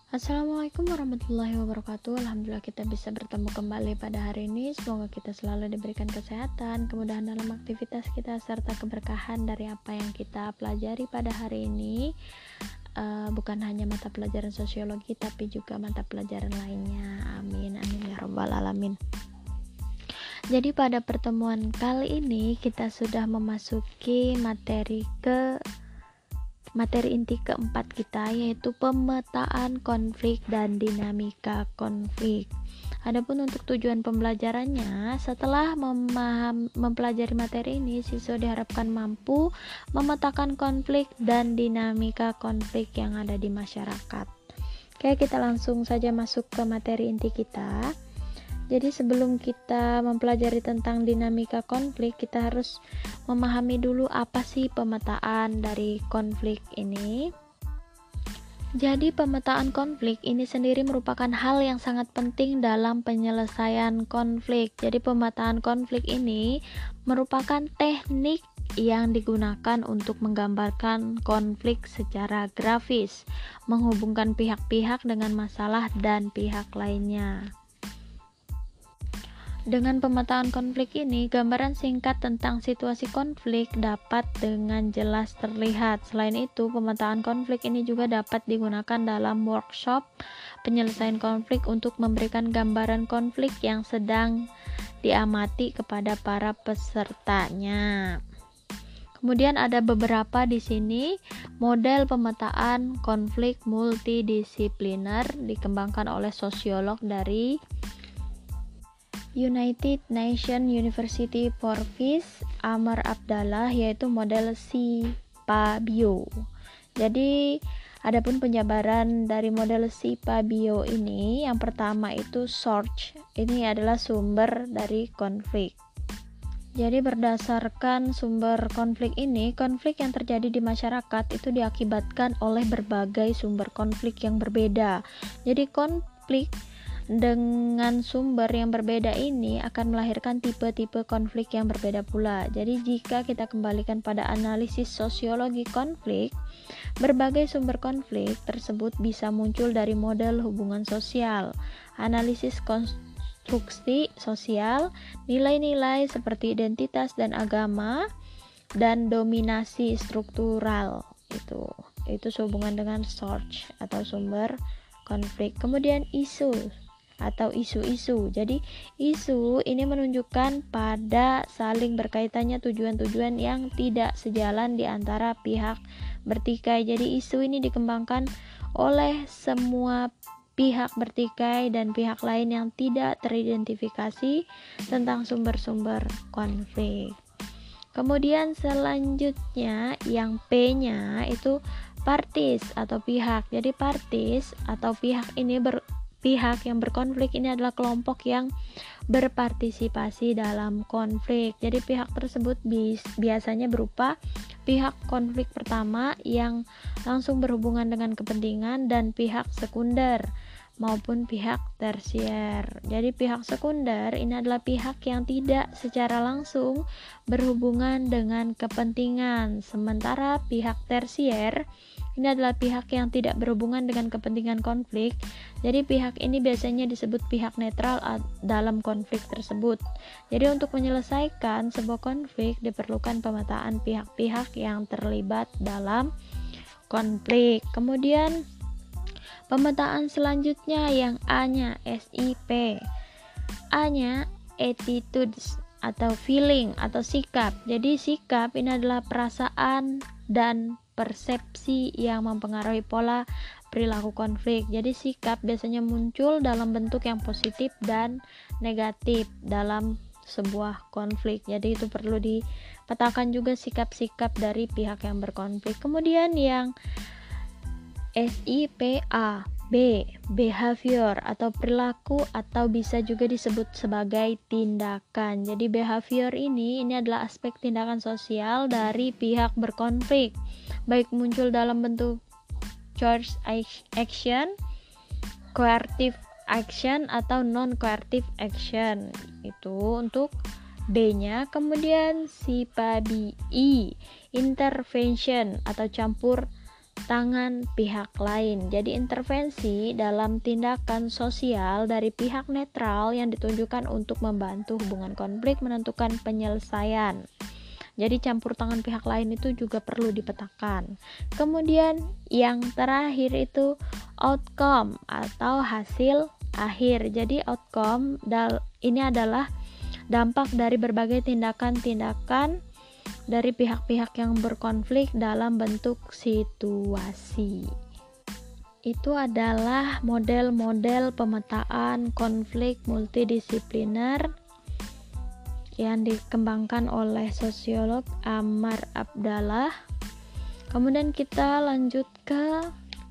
Assalamualaikum warahmatullahi wabarakatuh. Alhamdulillah kita bisa bertemu kembali pada hari ini. Semoga kita selalu diberikan kesehatan, kemudahan dalam aktivitas kita, serta keberkahan dari apa yang kita pelajari pada hari ini. Bukan hanya mata pelajaran sosiologi, tapi juga mata pelajaran lainnya. Amin, amin ya rabbal alamin. Jadi pada pertemuan kali ini kita sudah memasuki materi inti keempat kita, yaitu pemetaan konflik dan dinamika konflik. Adapun untuk tujuan pembelajarannya, setelah mempelajari materi ini, siswa diharapkan mampu memetakan konflik dan dinamika konflik yang ada di masyarakat. Oke, kita langsung saja masuk ke materi inti kita. Jadi sebelum kita mempelajari tentang dinamika konflik, kita harus memahami dulu apa sih pemetaan dari konflik ini. Jadi pemetaan konflik ini sendiri merupakan hal yang sangat penting dalam penyelesaian konflik. Jadi pemetaan konflik ini merupakan teknik yang digunakan untuk menggambarkan konflik secara grafis, menghubungkan pihak-pihak dengan masalah dan pihak lainnya. Dengan pemetaan konflik ini, gambaran singkat tentang situasi konflik dapat dengan jelas terlihat. Selain itu, pemetaan konflik ini juga dapat digunakan dalam workshop penyelesaian konflik untuk memberikan gambaran konflik yang sedang diamati kepada para pesertanya. Kemudian ada beberapa di sini model pemetaan konflik multidisipliner dikembangkan oleh sosiolog dari United Nations University for Peace, Amar Abdallah, yaitu model SIPA-BIO. Jadi adapun penjabaran dari model SIPA-BIO ini, yang pertama itu source. Ini adalah sumber dari konflik. Jadi berdasarkan sumber konflik ini, konflik yang terjadi di masyarakat itu diakibatkan oleh berbagai sumber konflik yang berbeda. Jadi konflik dengan sumber yang berbeda ini akan melahirkan tipe-tipe konflik yang berbeda pula. Jadi jika kita kembalikan pada analisis sosiologi konflik, berbagai sumber konflik tersebut bisa muncul dari model hubungan sosial, analisis konstruksi sosial, nilai-nilai seperti identitas dan agama, dan dominasi struktural. Itu sehubungan dengan source atau sumber konflik. Kemudian isu atau isu-isu. Jadi isu ini menunjukkan pada saling berkaitannya tujuan-tujuan yang tidak sejalan di antara pihak bertikai. Jadi isu ini dikembangkan oleh semua pihak bertikai dan pihak lain yang tidak teridentifikasi tentang sumber-sumber konflik. Kemudian selanjutnya yang P-nya itu parties atau pihak. Jadi parties atau pihak ini pihak yang berkonflik ini adalah kelompok yang berpartisipasi dalam konflik. Jadi pihak tersebut biasanya berupa pihak konflik pertama yang langsung berhubungan dengan kepentingan dan pihak sekunder maupun pihak tersier. Jadi pihak sekunder ini adalah pihak yang tidak secara langsung berhubungan dengan kepentingan, sementara pihak tersier ini adalah pihak yang tidak berhubungan dengan kepentingan konflik. Jadi pihak ini biasanya disebut pihak netral dalam konflik tersebut. Jadi untuk menyelesaikan sebuah konflik diperlukan pemetaan pihak-pihak yang terlibat dalam konflik. Kemudian pemetaan selanjutnya yang A-nya SIP. A-nya attitudes atau feeling atau sikap. Jadi sikap ini adalah perasaan dan persepsi yang mempengaruhi pola perilaku konflik. Jadi sikap biasanya muncul dalam bentuk yang positif dan negatif dalam sebuah konflik. Jadi itu perlu dipetakan juga sikap-sikap dari pihak yang berkonflik. Kemudian yang SIPA, B, behavior atau perilaku atau bisa juga disebut sebagai tindakan. Jadi behavior ini adalah aspek tindakan sosial dari pihak berkonflik, baik muncul dalam bentuk coerced action, coercive action atau non-coercive action. Itu untuk B-nya. Kemudian SIPA-BI, intervention atau campur tangan pihak lain. Jadi intervensi dalam tindakan sosial dari pihak netral yang ditunjukkan untuk membantu hubungan konflik menentukan penyelesaian. Jadi campur tangan pihak lain itu juga perlu dipetakan. Kemudian yang terakhir itu outcome atau hasil akhir. Jadi outcome ini adalah dampak dari berbagai tindakan-tindakan dari pihak-pihak yang berkonflik dalam bentuk situasi. Itu adalah model-model pemetaan konflik multidisipliner yang dikembangkan oleh sosiolog Amar Abdallah. Kemudian kita lanjut ke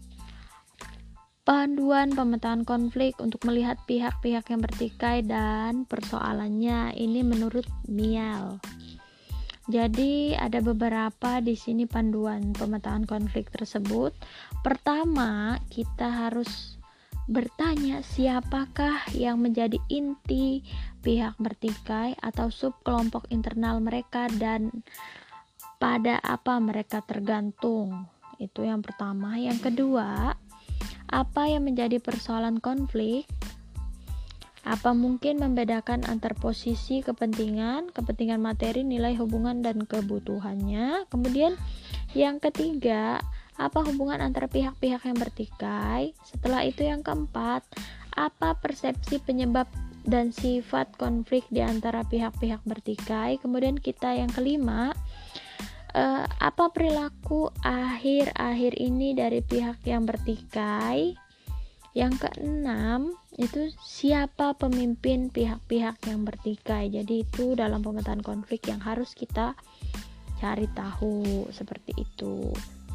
panduan pemetaan konflik untuk melihat pihak-pihak yang bertikai dan persoalannya. Ini menurut Mial. Jadi ada beberapa di sini panduan pemetaan konflik tersebut. Pertama, kita harus bertanya siapakah yang menjadi inti pihak bertikai atau subkelompok internal mereka dan pada apa mereka tergantung. Itu yang pertama. Yang kedua, apa yang menjadi persoalan konflik? Apa mungkin membedakan antar posisi kepentingan materi, nilai, hubungan, dan kebutuhannya? Kemudian yang ketiga, apa hubungan antara pihak-pihak yang bertikai? Setelah itu yang keempat, apa persepsi penyebab dan sifat konflik di antara pihak-pihak bertikai? Kemudian kita yang kelima, apa perilaku akhir-akhir ini dari pihak yang bertikai? Yang keenam, itu siapa pemimpin pihak-pihak yang bertikai? Jadi itu dalam pemetaan konflik yang harus kita cari tahu, seperti itu.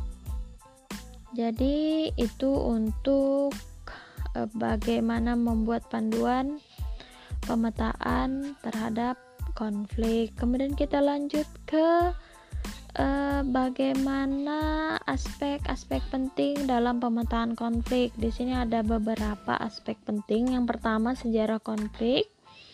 Jadi itu untuk bagaimana membuat panduan pemetaan terhadap konflik. Kemudian kita lanjut ke bagaimana aspek-aspek penting dalam pemetaan konflik. Di sini ada beberapa aspek penting. Yang pertama, sejarah konflik.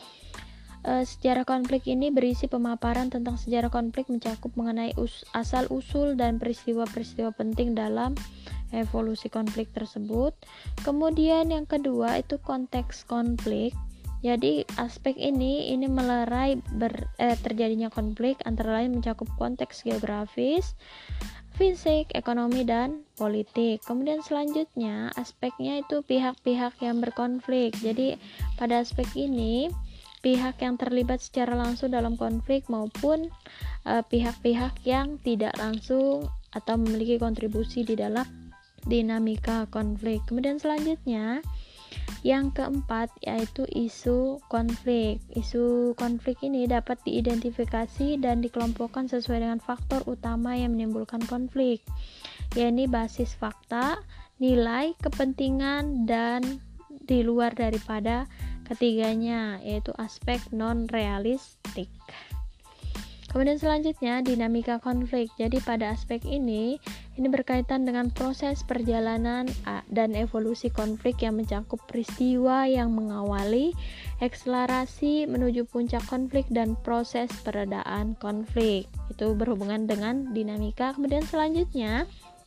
Sejarah konflik ini berisi pemaparan tentang sejarah konflik, mencakup mengenai asal-usul dan peristiwa-peristiwa penting dalam evolusi konflik tersebut. Kemudian yang kedua itu konteks konflik. Jadi aspek ini melerai terjadinya konflik, antara lain mencakup konteks geografis, fisik, ekonomi, dan politik. Kemudian selanjutnya aspeknya itu pihak-pihak yang berkonflik. Jadi pada aspek ini pihak yang terlibat secara langsung dalam konflik maupun pihak-pihak yang tidak langsung atau memiliki kontribusi di dalam dinamika konflik. Kemudian selanjutnya yang keempat yaitu isu konflik. Isu konflik ini dapat diidentifikasi dan dikelompokkan sesuai dengan faktor utama yang menimbulkan konflik, yakni basis fakta, nilai, kepentingan, dan di luar daripada ketiganya, yaitu aspek non-realistik. Kemudian selanjutnya dinamika konflik. Jadi pada aspek ini berkaitan dengan proses perjalanan dan evolusi konflik yang mencakup peristiwa yang mengawali, akselerasi menuju puncak konflik, dan proses peredaan konflik. Itu berhubungan dengan dinamika. Kemudian selanjutnya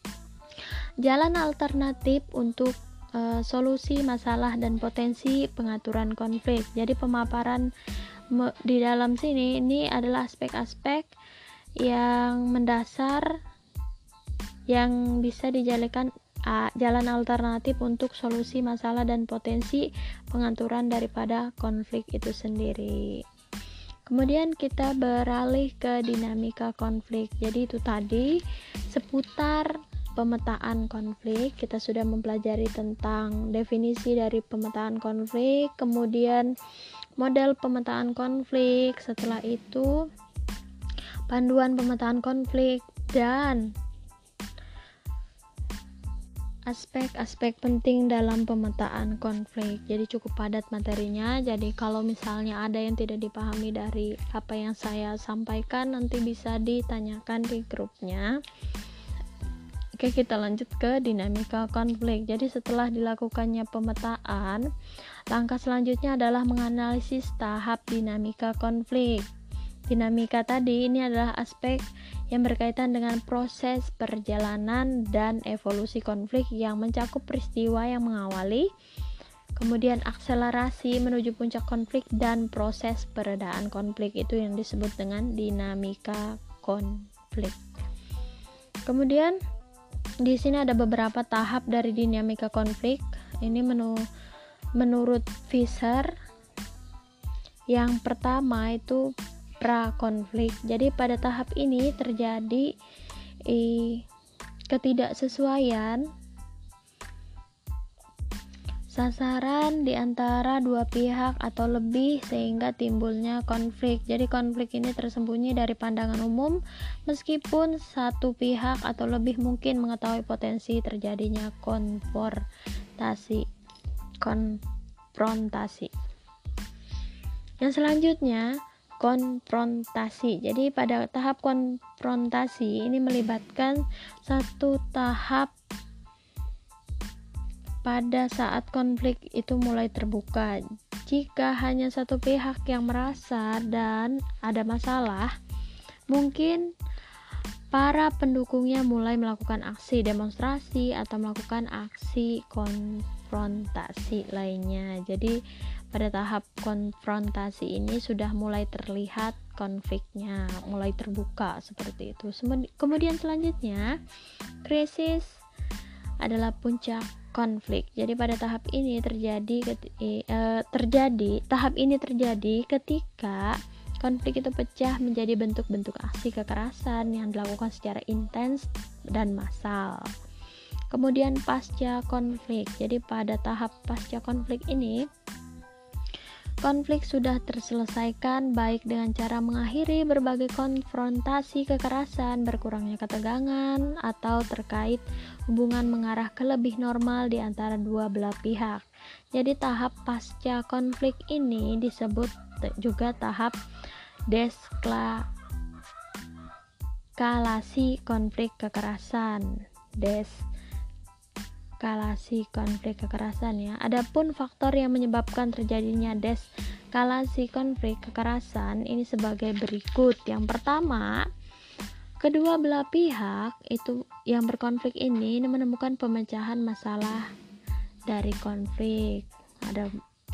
jalan alternatif untuk solusi masalah dan potensi pengaturan konflik. Jadi pemaparan di dalam sini ini adalah aspek-aspek yang mendasar yang bisa dijadikan jalan alternatif untuk solusi masalah dan potensi pengaturan daripada konflik itu sendiri. Kemudian kita beralih ke dinamika konflik. Jadi itu tadi seputar pemetaan konflik. Kita sudah mempelajari tentang definisi dari pemetaan konflik, kemudian model pemetaan konflik, setelah itu panduan pemetaan konflik, dan aspek-aspek penting dalam pemetaan konflik. Jadi cukup padat materinya. Jadi kalau misalnya ada yang tidak dipahami dari apa yang saya sampaikan, nanti bisa ditanyakan di grupnya. Oke, kita lanjut ke dinamika konflik. Jadi setelah dilakukannya pemetaan, langkah selanjutnya adalah menganalisis tahap dinamika konflik. Dinamika tadi ini adalah aspek yang berkaitan dengan proses perjalanan dan evolusi konflik yang mencakup peristiwa yang mengawali, kemudian akselerasi menuju puncak konflik, dan proses peredaan konflik. Itu yang disebut dengan dinamika konflik. Kemudian di sini ada beberapa tahap dari dinamika konflik. Ini menurut Fisher. Yang pertama itu pra-konflik. Jadi pada tahap ini terjadi ketidaksesuaian sasaran di antara dua pihak atau lebih sehingga timbulnya konflik. Jadi konflik ini tersembunyi dari pandangan umum meskipun satu pihak atau lebih mungkin mengetahui potensi terjadinya konfrontasi. Yang selanjutnya konfrontasi. Jadi pada tahap konfrontasi ini melibatkan satu tahap pada saat konflik itu mulai terbuka. Jika hanya satu pihak yang merasa dan ada masalah, mungkin para pendukungnya mulai melakukan aksi demonstrasi atau melakukan aksi konfrontasi lainnya. Jadi pada tahap konfrontasi ini sudah mulai terlihat konfliknya, mulai terbuka seperti itu. Kemudian selanjutnya, krisis adalah puncak konflik. Jadi pada tahap ini tahap ini terjadi ketika konflik itu pecah menjadi bentuk-bentuk aksi kekerasan yang dilakukan secara intens dan massal. Kemudian pasca konflik. Jadi pada tahap pasca konflik ini konflik sudah terselesaikan baik dengan cara mengakhiri berbagai konfrontasi kekerasan, berkurangnya ketegangan, atau terkait hubungan mengarah ke lebih normal di antara dua belah pihak. Jadi tahap pasca konflik ini disebut juga tahap deskalasi konflik kekerasan. Ya. Adapun faktor yang menyebabkan terjadinya deskalasi konflik kekerasan ini sebagai berikut. Yang pertama, kedua belah pihak itu yang berkonflik ini menemukan pemecahan masalah dari konflik. Ada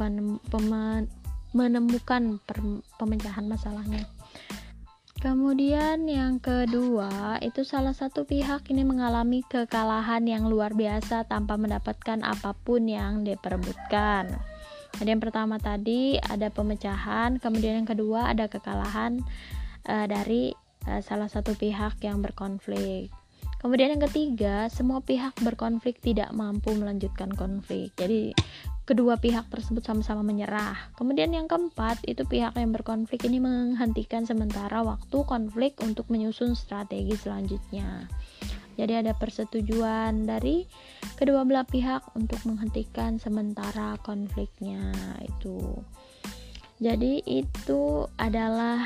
menemukan pemecahan masalahnya. Kemudian yang kedua, itu salah satu pihak ini mengalami kekalahan yang luar biasa tanpa mendapatkan apapun yang diperebutkan. Jadi yang pertama tadi ada pemecahan, kemudian yang kedua ada kekalahan dari salah satu pihak yang berkonflik. Kemudian yang ketiga, semua pihak berkonflik tidak mampu melanjutkan konflik. Jadi kedua pihak tersebut sama-sama menyerah. Kemudian yang keempat, itu pihak yang berkonflik ini menghentikan sementara waktu konflik untuk menyusun strategi selanjutnya. Jadi ada persetujuan dari kedua belah pihak untuk menghentikan sementara konfliknya itu. Jadi itu adalah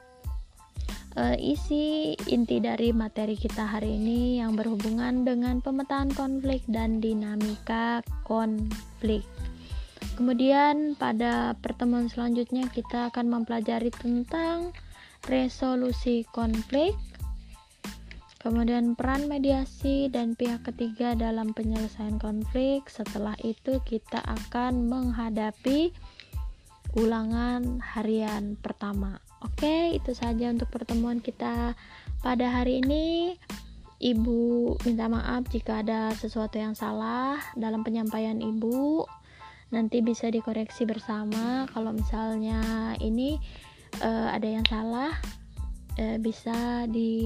isi inti dari materi kita hari ini yang berhubungan dengan pemetaan konflik dan dinamika konflik. Kemudian pada pertemuan selanjutnya kita akan mempelajari tentang resolusi konflik, kemudian peran mediasi dan pihak ketiga dalam penyelesaian konflik. Setelah itu kita akan menghadapi ulangan harian pertama. Oke, itu saja untuk pertemuan kita pada hari ini. Ibu minta maaf jika ada sesuatu yang salah dalam penyampaian Ibu. Nanti bisa dikoreksi bersama. Kalau misalnya ini ada yang salah, bisa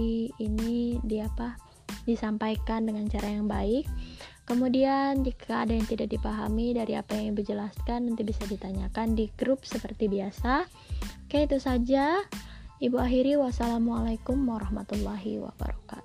disampaikan dengan cara yang baik. Kemudian jika ada yang tidak dipahami dari apa yang Ibu jelaskan, nanti bisa ditanyakan di grup seperti biasa. Oke, itu saja. Ibu akhiri. Wassalamualaikum warahmatullahi wabarakatuh.